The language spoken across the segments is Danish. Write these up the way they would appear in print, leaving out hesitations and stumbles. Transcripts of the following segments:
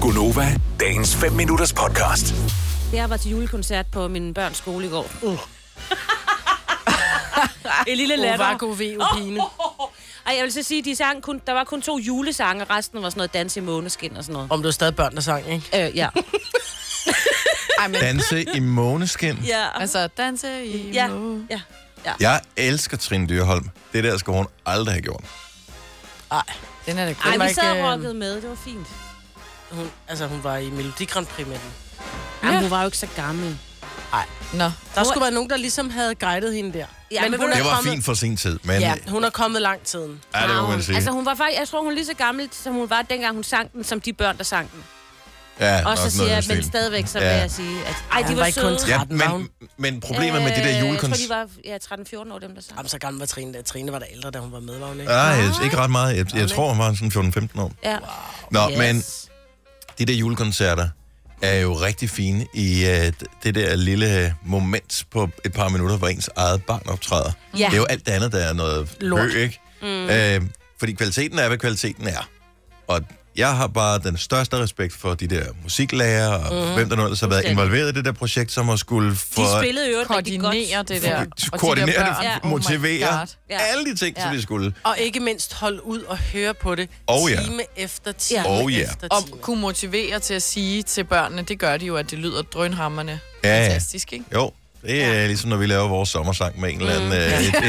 Gunova, dagens 5 minutters podcast. Jeg var til julekoncert på min børns skole i går. En lille latter. Var god ved, Pine. Ej, jeg vil så sige, der var kun 2 julesange, resten var sådan noget Dans i Måneskin og sådan noget. Om du er stadig børn, der sang, ikke? Ja. Ej, men... Danse i måneskin. Ja. Altså, danse i Ja. Jeg elsker Trine Dyrholm. Det der skal hun aldrig have gjort. Nej. Den er da Ej, god. vi sad og rockede med, det var fint. Hun var i Melodi Grand Prix med den. Jamen, hun var jo ikke så gammel. Nej. Nå. Der skulle være nogen, der ligesom havde guidet hende der. Ja, men hun Det er var kommet... fint for sin tid, men... Ja, hun er kommet langt tiden. Ja, det må man sige. Altså, hun var faktisk, jeg tror, hun er lige så gammel, som hun var, dengang hun sang den, som de børn, der sang den. Ja, Og så nok siger jeg, noget men stil. stadigvæk, så vil Ja. jeg sige, at ej, de Hun var var ikke kun søde. 13. Ja, men problemet med de der Jeg julekoncerter... tror, de var 13-14 år, dem der sang. Jamen, så gammel var Trine. Trine var der ældre, da hun var med, var hun ikke? Nej, ikke ret meget. Jeg tror, hun var sådan 14-15 år. Ja. Nå, Yes. men de der julekoncerter er jo rigtig fine i det der lille moment på et par minutter, hvor ens eget barn optræder. Ja. Det er jo alt det andet, der er noget Lort. hø, ikke? Fordi kvaliteten er, hvad kvaliteten er. Og jeg har bare den største respekt for de der musiklærer, og hvem der nu ellers har været involveret i det der projekt, som har skulle De spillede jo rigtig godt. Koordinere det der. koordinere Og de der det, børn. Ja. motivere, Oh my God. Ja. alle de ting, som de skulle. Og ikke mindst holde ud og høre på det Ja. time efter time Ja. efter Og time. kunne motivere til at sige til børnene, det gør de jo, at det lyder drønhammerne. Ja. Fantastisk, ikke? Jo, det er ligesom, når vi laver vores sommersang med en eller anden,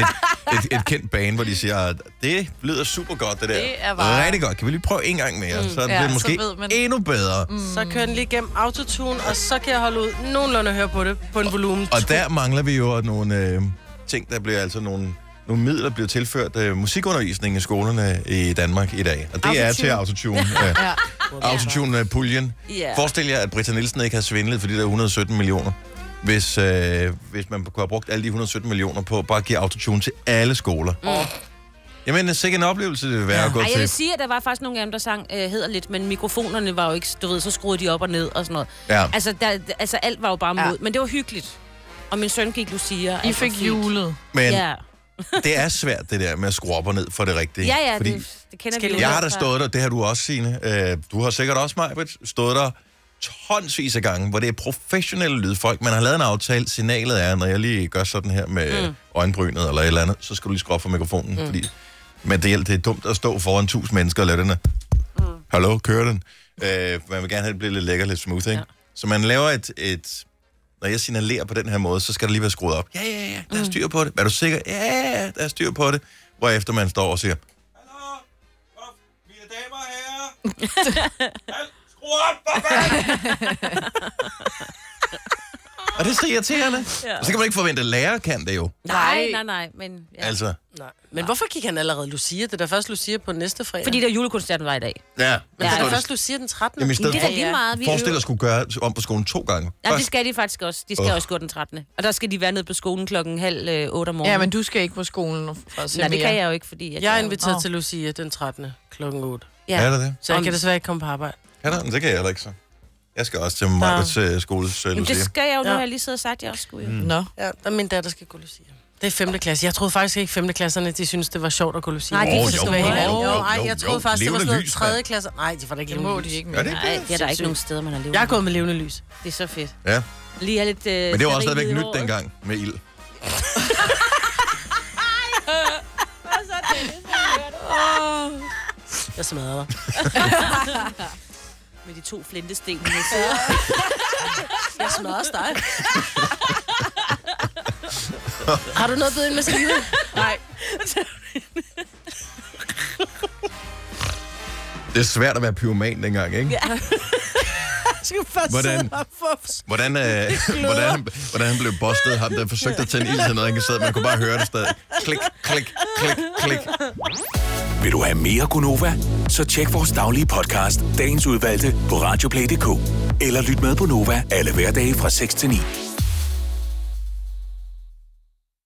et kendt band, hvor de siger, at det lyder super godt, det der. Det er bare- Rigtig godt. Kan vi lige prøve en gang mere? Så er det Ja, så måske ved man- endnu bedre. Så kører den lige igennem autotune, og så kan jeg holde ud nogenlunde at høre på det på en volumen. Og der mangler vi jo nogle ting, der bliver altså nogle midler, der bliver tilført musikundervisning i skolerne i Danmark i dag. Og det er til autotune. Ja. Autotune-puljen. Ja. Forestil jer, at Britta Nielsen ikke har svindlet for de der 117 millioner. Hvis man kunne have brugt alle de 117 millioner på bare at give autotune til alle skoler. Jamen, det er sikkert en oplevelse, det vil være at gå Ej, jeg til. vil sige, at der var faktisk nogle af dem, der sang hæderligt, men mikrofonerne var jo ikke, du ved, så skruede de op og ned og sådan noget. Ja. Altså alt var jo bare mod, Ja. men det var hyggeligt. Og min søn gik Lucia. I fik julet. Men Ja, det er svært, det der med at skrue op og ned for det rigtige. ja, Fordi det kender vi jo. jeg har da fra- stået der, det har du også, Signe. Du har sikkert også, Majbrit, stået der tonsvis af gange, hvor det er professionelle lydfolk. Man har lavet en aftale. Signalet er, når jeg lige gør sådan her med øjenbrynet eller et eller andet, så skal du lige skrue op for mikrofonen. Fordi det er dumt at stå foran 1000 mennesker og lade den her. Hallo, kører den? Man vil gerne have, det bliver lidt lækker, lidt smooth, ikke? Ja. Så man laver et... Når jeg signalerer på den her måde, så skal der lige være skruet op. Ja, der er styr på det. Er du sikker? Ja, der er styr på det. Hvorefter man står og siger, hallo, mine damer og herrer. Skru op, for fanden! Og det er så irriterende. Ja. Og så kan man ikke forvente, at lærer kan det jo. Nej, men... Ja. Altså, Nej. Men hvorfor gik han allerede Lucia? Det er da først Lucia på næste fredag. Fordi der julekoncerten var i dag. ja. Men det er Ja. da først Lucia den 13. Jamen i stedet Det er for, da lige meget. Vi forestil dig øver- at skulle gøre om på skolen 2 gange. Ja, det Først, skal de faktisk også. De skal også gå den 13. Og der skal de være nede på skolen 7:30 om morgenen. Ja, men du skal ikke på skolen for at se Nej, det mere. kan jeg jo ikke, fordi... At Jeg er jo- inviteret til Lucia den 13. klokken 8. er der det? Så jeg kan desværre ikke komme på arbejde. Kan der? Men det kan jeg heller ikke så. Jeg skal også til Majbrits skoles Jamen, det Lucia. skal jeg jo, nu Ja. har jeg lige siddet og sagt, at jeg også skulle. Jo. Nå. Ja, der er min datter, der skal gå Lucia. Det er 5. klasse. Jeg troede faktisk ikke, 5. klasserne, de synes det var sjovt at gå Lucia. Nej, de er for det skal store. være helt ærlig. Jo, Nej, jeg troede faktisk, det var sådan levende noget lys, 3. mand. klasse. Nej, de var da ikke Det må levende de lys. ikke Er mere. det ikke Nej, det? det er der ikke nogen steder, man har levet. Jeg er gået med levende lys. Det er så fedt. Ja. Lige er lidt... Men det var også stadigvæk nyt dengang med ild. Jeg smadrer dig. Med de 2 flintesten. Jeg smadrer også dig. Har du noget at byde ind med, Selina? Nej. Det er svært at være pyroman dengang, ikke? Ja. skal først Hvordan? sidde og fufs. Hvordan han blev bustet, ham der forsøgte at tænde ild til noget, han kan sidde, man kunne bare høre det stadig. Klik, klik, klik, klik. Vil du have mere Gunova? Så tjek vores daglige podcast, dagens udvalgte, på radioplay.dk. Eller lyt med på Nova alle hverdage fra 6 til 9.